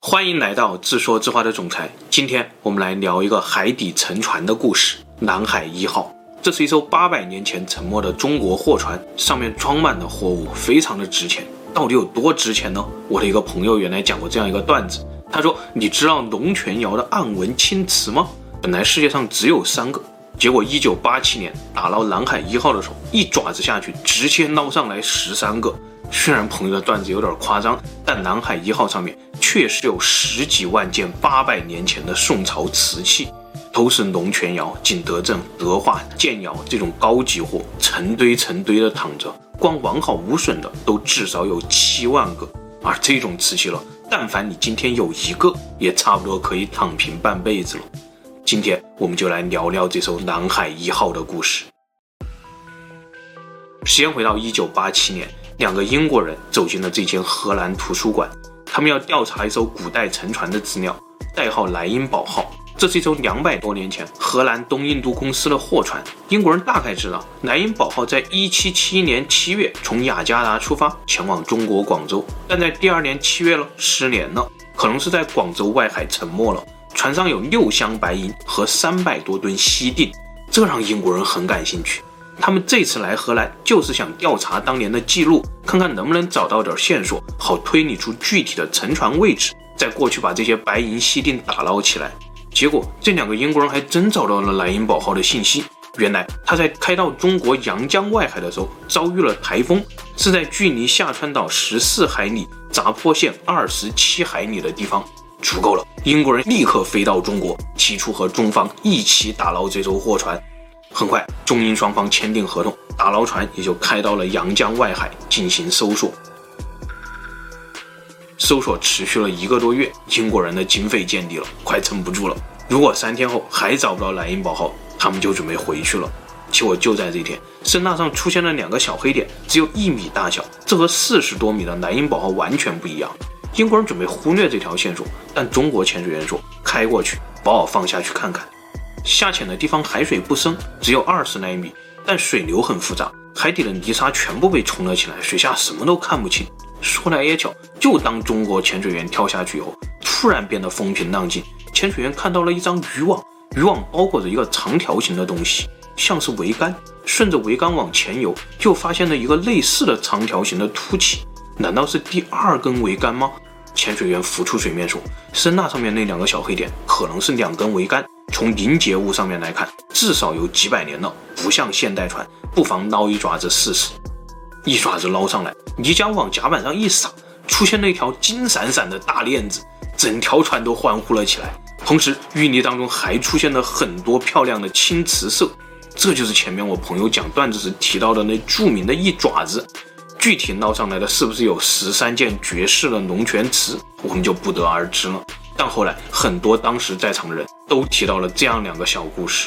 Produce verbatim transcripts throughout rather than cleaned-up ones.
欢迎来到自说自话的总裁。今天我们来聊一个海底沉船的故事——南海一号。这是一艘八百年前沉没的中国货船，上面装满的货物非常的值钱。到底有多值钱呢？我的一个朋友原来讲过这样一个段子，他说：“你知道龙泉窑的暗纹青瓷吗？本来世界上只有三个，结果一九八七年打捞南海一号的时候，一爪子下去，直接捞上来十三个。”虽然朋友的段子有点夸张，但南海一号上面确实有十几万件八百年前的宋朝瓷器，都是龙泉窑、景德镇、德化、建窑这种高级货，成堆成堆的躺着，光完好无损的都至少有七万个。而这种瓷器了，但凡你今天有一个，也差不多可以躺平半辈子了。今天我们就来聊聊这艘南海一号的故事。时间回到一九八七年，两个英国人走进了这间荷兰图书馆，他们要调查一艘古代沉船的资料，代号莱茵堡号。这是一艘两百多年前荷兰东印度公司的货船。英国人大概知道，莱茵堡号在一七七一年七月从雅加达出发，前往中国广州，但在第二年七月了失联了，可能是在广州外海沉没了。船上有六箱白银和三百多吨锡锭，这让英国人很感兴趣。他们这次来荷兰就是想调查当年的记录，看看能不能找到点线索，好推理出具体的沉船位置，再过去把这些白银锡锭打捞起来。结果这两个英国人还真找到了莱茵堡号的信息，原来他在开到中国阳江外海的时候遭遇了台风，是在距离下川岛十四海里、闸坡县二十七海里的地方，足够了。英国人立刻飞到中国，提出和中方一起打捞这艘货船。很快，中英双方签订合同，打捞船也就开到了阳江外海进行搜索。搜索持续了一个多月，英国人的经费见底了，快撑不住了。如果三天后还找不到莱茵堡号，他们就准备回去了。结果就在这天，声呐上出现了两个小黑点，只有一米大小，这和四十多米的莱茵堡号完全不一样。英国人准备忽略这条线索，但中国潜水员说：“开过去，把我放下去看看。”下潜的地方海水不深，只有二十来米，但水流很复杂，海底的泥沙全部被冲了起来，水下什么都看不清。说来也巧，就当中国潜水员跳下去以后，突然变得风平浪静。潜水员看到了一张渔网，渔网包裹着一个长条形的东西，像是桅杆。顺着桅杆往前游，又发现了一个类似的长条形的凸起，难道是第二根桅杆吗？潜水员浮出水面说，声呐上面那两个小黑点可能是两根桅杆，从凝结物上面来看，至少有几百年了，不像现代船，不妨捞一爪子试试。一爪子捞上来，泥浆往甲板上一撒，出现了一条金闪闪的大链子，整条船都欢呼了起来。同时淤泥当中还出现了很多漂亮的青瓷色，这就是前面我朋友讲段子时提到的那著名的一爪子。具体捞上来的是不是有十三件绝世的龙泉瓷，我们就不得而知了。但后来很多当时在场的人都提到了这样两个小故事。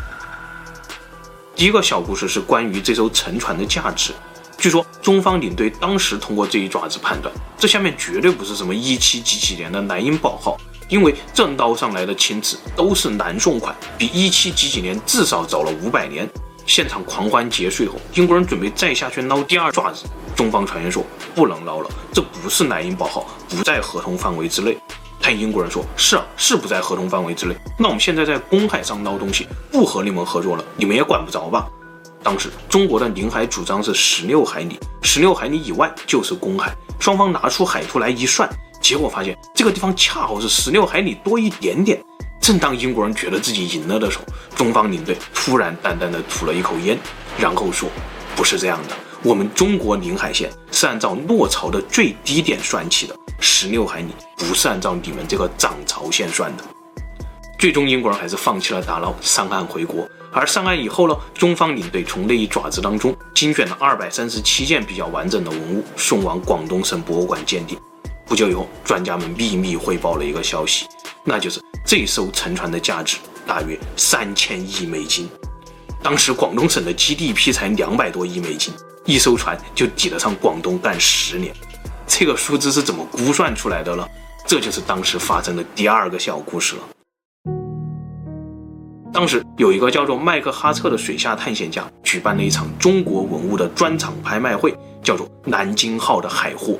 第一个小故事是关于这艘沉船的价值。据说中方领队当时通过这一爪子判断，这下面绝对不是什么一七几几年的莱茵堡号，因为这捞上来的青瓷都是南宋款，比一七几几年至少早了五百年。现场狂欢结束后，英国人准备再下去捞第二爪子，中方船员说不能捞了，这不是莱茵堡号，不在合同范围之内。但英国人说是啊，是不在合同范围之内，那我们现在在公海上捞东西，不和你们合作了，你们也管不着吧。当时中国的领海主张是十六海里，十六海里以外就是公海，双方拿出海图来一算，结果发现这个地方恰好是十六海里多一点点。正当英国人觉得自己赢了的时候，中方领队突然淡淡的吐了一口烟，然后说，不是这样的，我们中国领海线是按照落潮的最低点算起的，十六海里不是按照你们这个涨潮线算的。最终英国人还是放弃了打捞，上岸回国。而上岸以后呢，中方领队从那一爪子当中精选了二百三十七件比较完整的文物，送往广东省博物馆鉴定。不久以后，专家们秘密汇报了一个消息，那就是这艘沉船的价值大约三千亿美金。当时广东省的 G D P 才两百多亿美金，一艘船就抵得上广东干十年。这个数字是怎么估算出来的呢？这就是当时发生的第二个小故事了。当时有一个叫做麦克哈策的水下探险家举办了一场中国文物的专场拍卖会，叫做南京号的海货。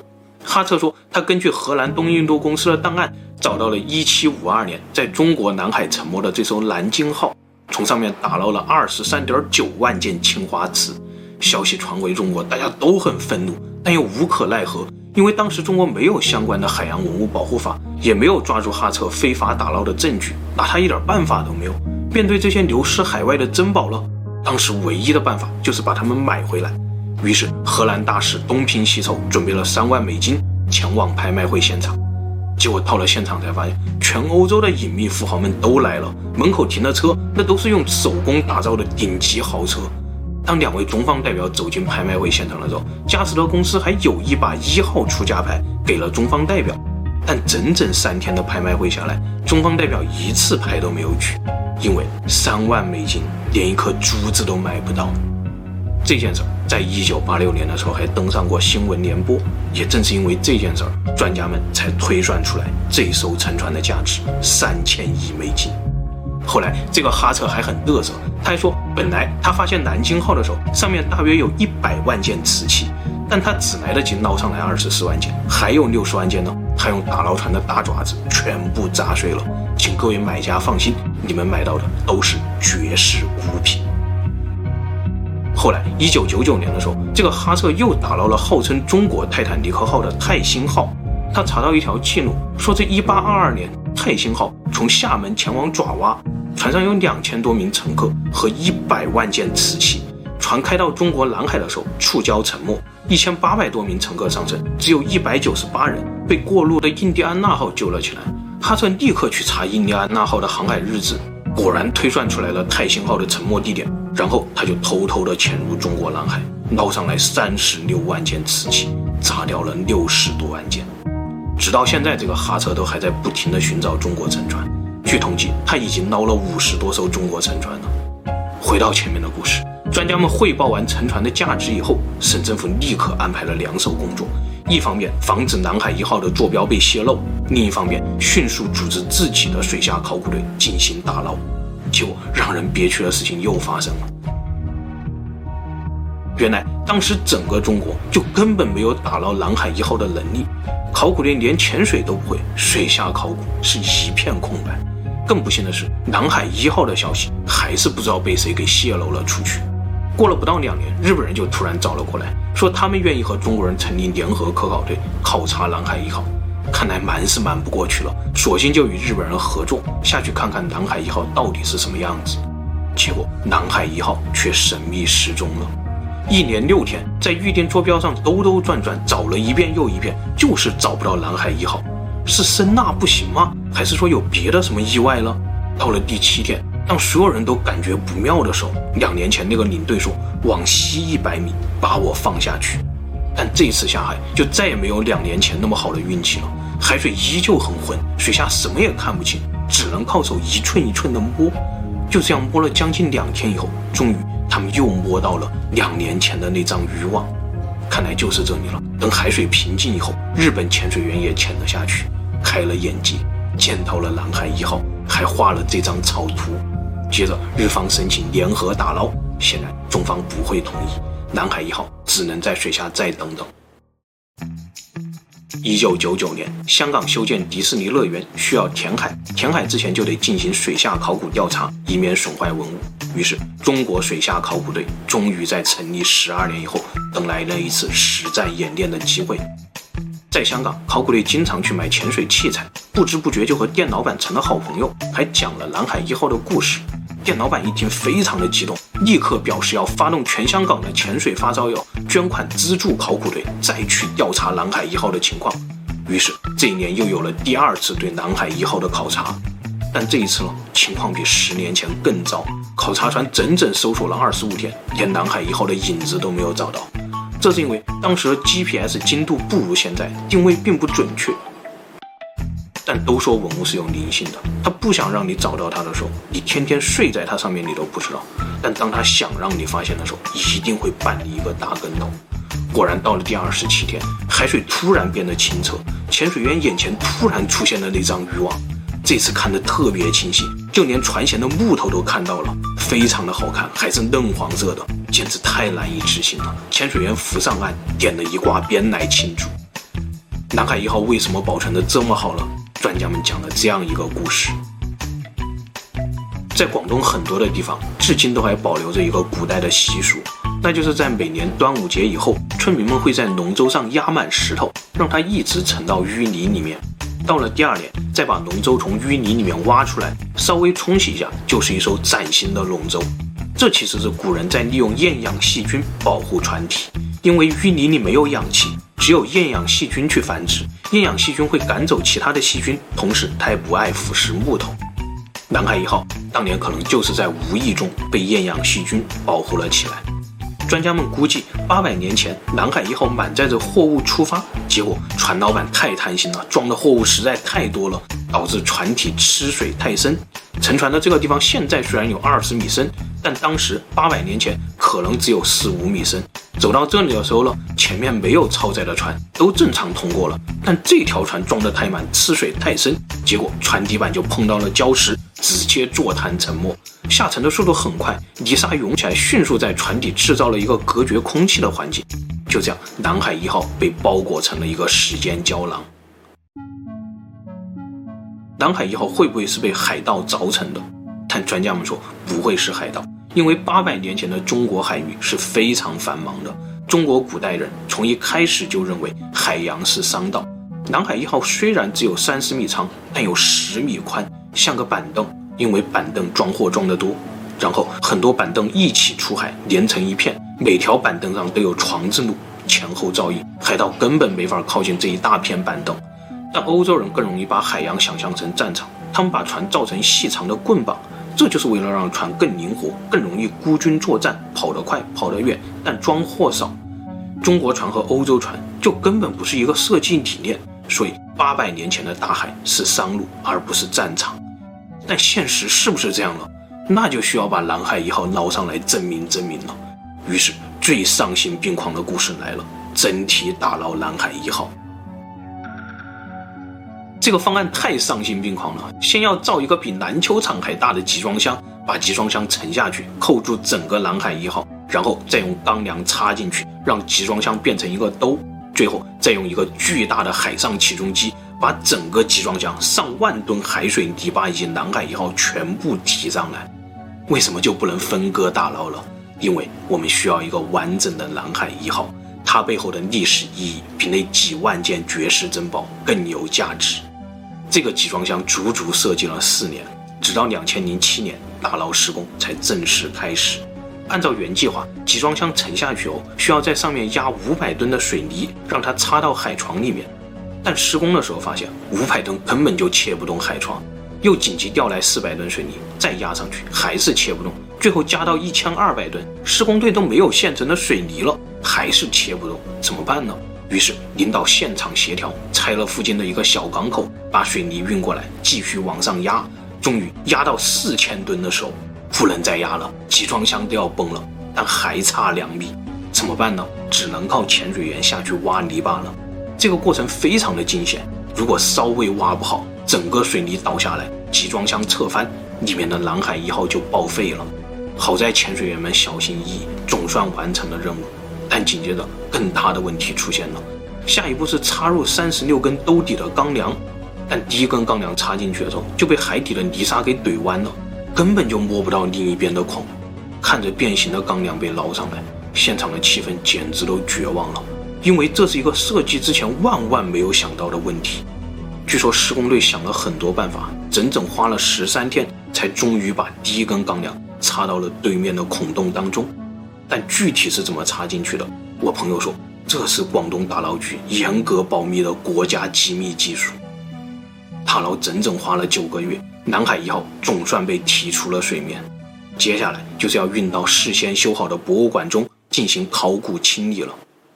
哈策说，他根据荷兰东印度公司的档案，找到了一七五二年在中国南海沉没的这艘南京号，从上面打捞了 二十三点九万件青花瓷。消息传回中国，大家都很愤怒，但又无可奈何，因为当时中国没有相关的海洋文物保护法，也没有抓住哈策非法打捞的证据，拿他一点办法都没有。面对这些流失海外的珍宝了，当时唯一的办法就是把它们买回来。于是荷兰大使东拼西凑，准备了三万美金前往拍卖会现场。结果到了现场才发现，全欧洲的隐秘富豪们都来了，门口停的车那都是用手工打造的顶级豪车。当两位中方代表走进拍卖会现场的时候，佳士得公司还有意把一号出价牌给了中方代表，但整整三天的拍卖会下来，中方代表一次牌都没有举，因为三万美金连一颗珠子都买不到。这件事在一九八六年的时候还登上过新闻联播，也正是因为这件事，专家们才推算出来这艘沉船的价值三千亿美金。后来这个哈策还很嘚瑟，他还说本来他发现南京号的时候上面大约有一百万件瓷器，但他只来得及捞上来二十四万件，还有六十万件呢，他用打捞船的大爪子全部砸碎了。请各位买家放心，你们买到的都是绝世孤品。后来一九九九年的时候，这个哈策又打捞了号称中国泰坦尼克号的泰兴号。他查到一条记录，说这一八二二年泰兴号从厦门前往爪哇，船上有两千多名乘客和一百万件瓷器。船开到中国南海的时候触礁沉没，一千八百多名乘客上升，只有一百九十八人被过路的印第安纳号救了起来。哈策立刻去查印第安纳号的航海日志，果然推算出来了泰兴号的沉没地点，然后他就偷偷地潜入中国南海，捞上来三十六万件瓷器，砸掉了六十多万件。直到现在，这个哈策都还在不停地寻找中国沉船。据统计，他已经捞了五十多艘中国沉船了。回到前面的故事，专家们汇报完沉船的价值以后，省政府立刻安排了两手工作：一方面防止南海一号的坐标被泄露，另一方面迅速组织自己的水下考古队进行打捞。结果让人憋屈的事情又发生了。原来当时整个中国就根本没有打捞南海一号的能力，考古队连潜水都不会，水下考古是一片空白。更不幸的是，南海一号的消息还是不知道被谁给泄露了出去。过了不到两年，日本人就突然找了过来，说他们愿意和中国人成立联合科考队考察南海一号。看来瞒是瞒不过去了，索性就与日本人合作，下去看看南海一号到底是什么样子。结果南海一号却神秘失踪了，一连六天在预定坐标上兜兜转转，找了一遍又一遍，就是找不到南海一号。是声呐不行吗？还是说有别的什么意外了？到了第七天，当所有人都感觉不妙的时候，两年前那个领队说往西一百米把我放下去。但这次下海就再也没有两年前那么好的运气了，海水依旧很浑，水下什么也看不清，只能靠手一寸一寸的摸。就这样摸了将近两天以后，终于他们又摸到了两年前的那张渔网。看来就是这里了。等海水平静以后，日本潜水员也潜了下去，开了眼界，见到了南海一号，还画了这张草图。接着日方申请联合打捞，显然中方不会同意，南海一号只能在水下再等等。一九九九年，香港修建迪士尼乐园需要填海，填海之前就得进行水下考古调查，以免损坏文物。于是中国水下考古队终于在成立十二年以后等来了一次实战演练的机会。在香港，考古队经常去买潜水器材，不知不觉就和店老板成了好朋友，还讲了南海一号的故事。店老板一听非常的激动，立刻表示要发动全香港的潜水发烧友捐款资助考古队再去调查南海一号的情况。于是这一年又有了第二次对南海一号的考察，但这一次呢，情况比十年前更糟。考察船整整搜索了二十五天，连南海一号的影子都没有找到。这是因为当时的 G P S 精度不如现在，定位并不准确。但都说文物是有灵性的，他不想让你找到它的时候，你天天睡在它上面你都不知道，但当他想让你发现的时候，一定会绊你一个大跟头。果然到了第二十七天，海水突然变得清澈，潜水员眼前突然出现了那张渔网，这次看得特别清晰，就连船舷的木头都看到了，非常的好看，还是嫩黄色的，简直太难以置信了。潜水员浮上岸，点了一挂鞭来庆祝。 南海一号为什么保存得这么好了？专家们讲了这样一个故事。在广东很多的地方，至今都还保留着一个古代的习俗，那就是在每年端午节以后，村民们会在龙舟上压满石头，让它一直沉到淤泥里面。到了第二年，再把龙舟从淤泥里面挖出来，稍微冲洗一下，就是一艘崭新的龙舟。这其实是古人在利用厌氧细菌保护船体，因为淤泥里没有氧气，只有厌氧细菌去繁殖，厌氧细菌会赶走其他的细菌，同时它也不爱腐蚀木头。南海一号当年可能就是在无意中被厌氧细菌保护了起来。专家们估计，八百年前南海一号满载着货物出发，结果船老板太贪心了，装的货物实在太多了，导致船体吃水太深。沉船的这个地方现在虽然有二十米深，但当时八百年前可能只有四五米深。走到这里的时候呢，前面没有超载的船都正常通过了，但这条船装得太满，吃水太深，结果船底板就碰到了礁石，直接坐滩沉没。下沉的速度很快，泥沙涌起来，迅速在船底制造了一个隔绝空气的环境。就这样，南海一号被包裹成了一个时间胶囊。南海一号会不会是被海盗凿沉的？但专家们说不会是海盗，因为八百年前的中国海域是非常繁忙的。中国古代人从一开始就认为海洋是商道。南海一号虽然只有三十米长，但有十米宽，像个板凳，因为板凳装货装得多。然后很多板凳一起出海，连成一片，每条板凳上都有床字路，前后照应，海盗根本没法靠近这一大片板凳。但欧洲人更容易把海洋想象成战场，他们把船造成细长的棍棒，这就是为了让船更灵活，更容易孤军作战，跑得快，跑得远，但装货少。中国船和欧洲船就根本不是一个设计理念，所以八百年前的大海是商路，而不是战场。但现实是不是这样了？那就需要把南海一号捞上来证明证明了。于是最丧心病狂的故事来了，整体打捞南海一号。这个方案太丧心病狂了，先要造一个比篮球场还大的集装箱，把集装箱沉下去，扣住整个南海一号，然后再用钢梁插进去，让集装箱变成一个兜，最后再用一个巨大的海上起重机把整个集装箱上万吨海水泥巴以及南海一号全部提上来。为什么就不能分割打捞了？因为我们需要一个完整的南海一号，它背后的历史意义比那几万件绝世珍宝更有价值。这个集装箱足足设计了四年，直到两千零七年打捞施工才正式开始。按照原计划，集装箱沉下去后，需要在上面压五百吨的水泥，让它插到海床里面。但施工的时候发现，五百吨根本就切不动海床，又紧急调来四百吨水泥，再压上去还是切不动，最后加到一千二百吨，施工队都没有现成的水泥了，还是切不动，怎么办呢？于是领导现场协调，拆了附近的一个小港口，把水泥运过来，继续往上压。终于压到四千吨的时候，不能再压了，集装箱都要崩了，但还差两米，怎么办呢？只能靠潜水员下去挖泥巴了。这个过程非常的惊险，如果稍微挖不好，整个水泥倒下来，集装箱侧翻，里面的南海一号就报废了。好在潜水员们小心翼翼，总算完成了任务。但紧接着更大的问题出现了，下一步是插入三十六根兜底的钢梁，但第一根钢梁插进去的时候就被海底的泥沙给怼弯了，根本就摸不到另一边的孔。看着变形的钢梁被捞上来，现场的气氛简直都绝望了，因为这是一个设计之前万万没有想到的问题。据说施工队想了很多办法，整整花了十三天，才终于把第一根钢梁插到了对面的孔洞当中。但具体是怎么插进去的，我朋友说这是广东打捞局严格保密的国家机密技术。打捞整整花了九个月，南海一号总算被提出了水面，接下来就是要运到事先修好的博物馆中进行考古清理了。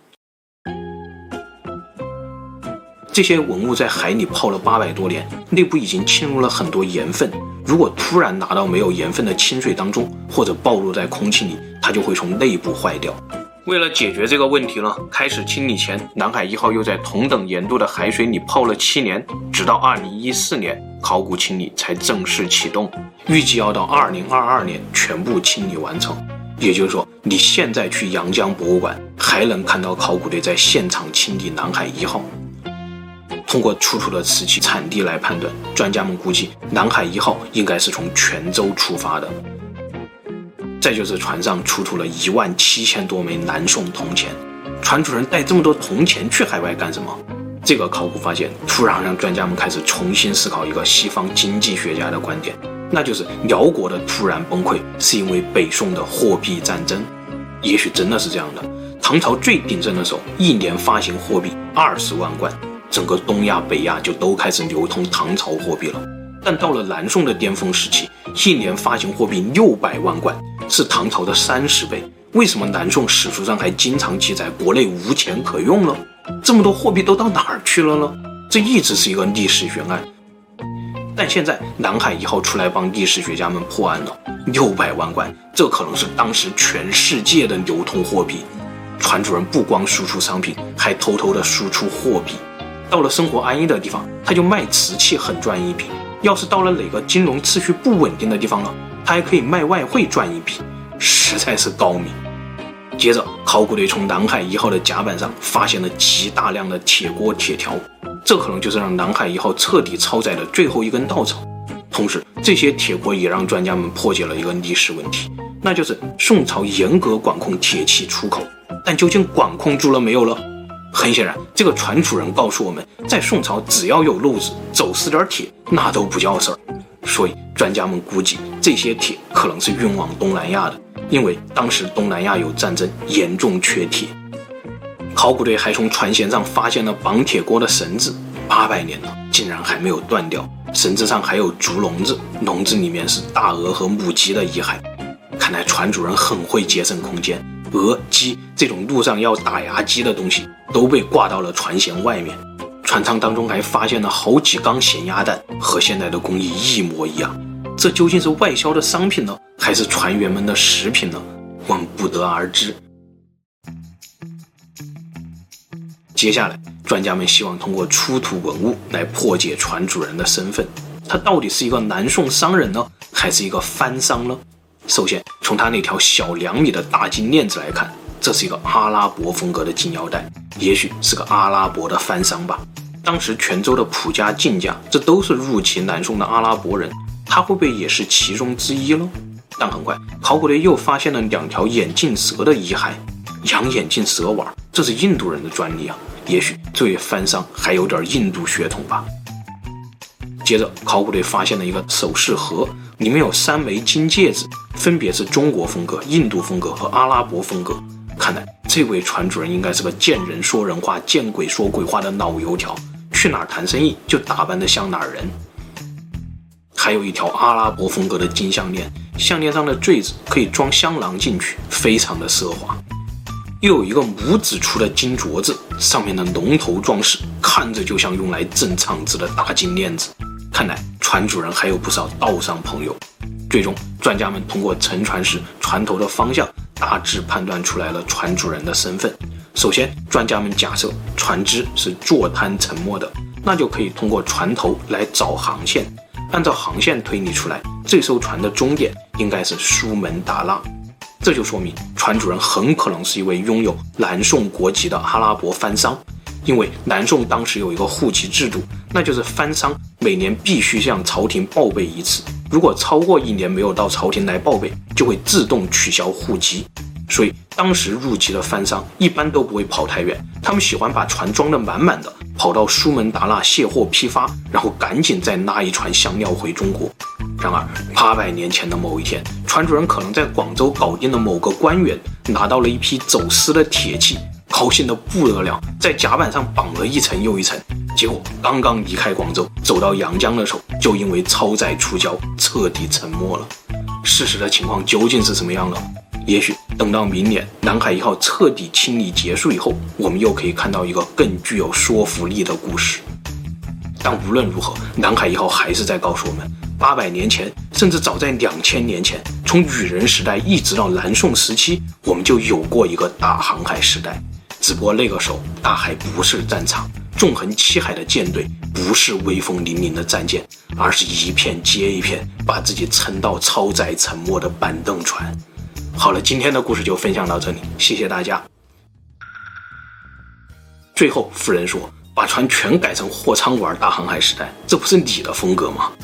这些文物在海里泡了八百多年，内部已经侵入了很多盐分，如果突然拿到没有盐分的清水当中，或者暴露在空气里，它就会从内部坏掉。为了解决这个问题呢，开始清理前，南海一号又在同等盐度的海水里泡了七年，直到二零一四年考古清理才正式启动，预计要到二零二二年全部清理完成。也就是说，你现在去阳江博物馆还能看到考古队在现场清理南海一号。 通过出土的瓷器产地来判断，专家们估计南海一号应该是从泉州出发的。再就是船上出土了一万七千多枚南宋铜钱，船主人带这么多铜钱去海外干什么？这个考古发现突然让专家们开始重新思考一个西方经济学家的观点，那就是辽国的突然崩溃是因为北宋的货币战争。也许真的是这样的，唐朝最鼎盛的时候，一年发行货币二十万贯，整个东亚北亚就都开始流通唐朝货币了。但到了南宋的巅峰时期，一年发行货币六百万贯，是唐朝的三十倍。为什么南宋史书上还经常记载国内无钱可用呢？这么多货币都到哪儿去了呢？这一直是一个历史悬案。但现在南海一号出来帮历史学家们破案了，六百万贯，这可能是当时全世界的流通货币。船主人不光输出商品，还偷偷的输出货币。到了生活安逸的地方，他就卖瓷器很赚一笔；要是到了哪个金融秩序不稳定的地方呢，他还可以卖外汇赚一笔，实在是高明。接着，考古队从南海一号的甲板上发现了极大量的铁锅铁条，这可能就是让南海一号彻底超载的最后一根稻草。同时，这些铁锅也让专家们破解了一个历史问题，那就是宋朝严格管控铁器出口，但究竟管控住了没有了？很显然，这个船主人告诉我们，在宋朝只要有漏子，走私点铁那都不叫事儿。所以专家们估计这些铁可能是运往东南亚的，因为当时东南亚有战争，严重缺铁。考古队还从船舷上发现了绑铁锅的绳子，八百年了，竟然还没有断掉，绳子上还有竹笼子，笼子里面是大鹅和母鸡的遗骸。看来船主人很会节省空间，鹅、鸡这种路上要打牙鸡的东西都被挂到了船舷外面。船舱当中还发现了好几缸咸鸭蛋，和现在的工艺一模一样。这究竟是外销的商品呢，还是船员们的食品呢？我们不得而知。接下来，专家们希望通过出土文物来破解船主人的身份，他到底是一个南宋商人呢，还是一个番商呢？首先，从他那条小两米的大金链子来看，这是一个阿拉伯风格的金腰带，也许是个阿拉伯的番商吧。当时泉州的蒲家、晋家，这都是入籍南宋的阿拉伯人，他会不会也是其中之一呢？但很快，考古队又发现了两条眼镜蛇的遗骸，养眼镜蛇丸，这是印度人的专利啊，也许这位番商还有点印度血统吧。接着，考古队发现了一个首饰盒，里面有三枚金戒指，分别是中国风格、印度风格和阿拉伯风格。看来这位船主人应该是个见人说人话、见鬼说鬼话的老油条，去哪儿谈生意就打扮得像哪儿人。还有一条阿拉伯风格的金项链，项链上的坠子可以装香囊进去，非常的奢华。又有一个拇指粗的金镯子，上面的龙头装饰看着就像用来镇场子的大金链子。看来船主人还有不少道上朋友。最终，专家们通过沉船时船头的方向，大致判断出来了船主人的身份。首先，专家们假设船只是坐滩沉没的，那就可以通过船头来找航线。按照航线推理出来，这艘船的终点应该是苏门答腊。这就说明船主人很可能是一位拥有南宋国籍的阿拉伯番商，因为南宋当时有一个户籍制度，那就是番商每年必须向朝廷报备一次，如果超过一年没有到朝廷来报备，就会自动取消户籍。所以当时入籍的番商一般都不会跑太远，他们喜欢把船装得满满的，跑到苏门答腊卸货批发，然后赶紧再拉一船香料回中国。然而八百年前的某一天，船主人可能在广州搞定了某个官员，拿到了一批走私的铁器，高兴得不得了，在甲板上绑了一层又一层。结果刚刚离开广州，走到阳江的时候，就因为超载出礁，彻底沉没了。事实的情况究竟是什么样呢？也许等到明年南海一号彻底清理结束以后，我们又可以看到一个更具有说服力的故事。但无论如何，南海一号还是在告诉我们，八百年前，甚至早在两千年前，从羽人时代一直到南宋时期，我们就有过一个大航海时代。只不过那个时候，大海不是战场，纵横七海的舰队不是威风凛凛的战舰，而是一片接一片把自己撑到超载沉没的板凳船。好了，今天的故事就分享到这里，谢谢大家。最后，夫人说， 把船全改成货舱玩大航海时代，这不是你的风格吗？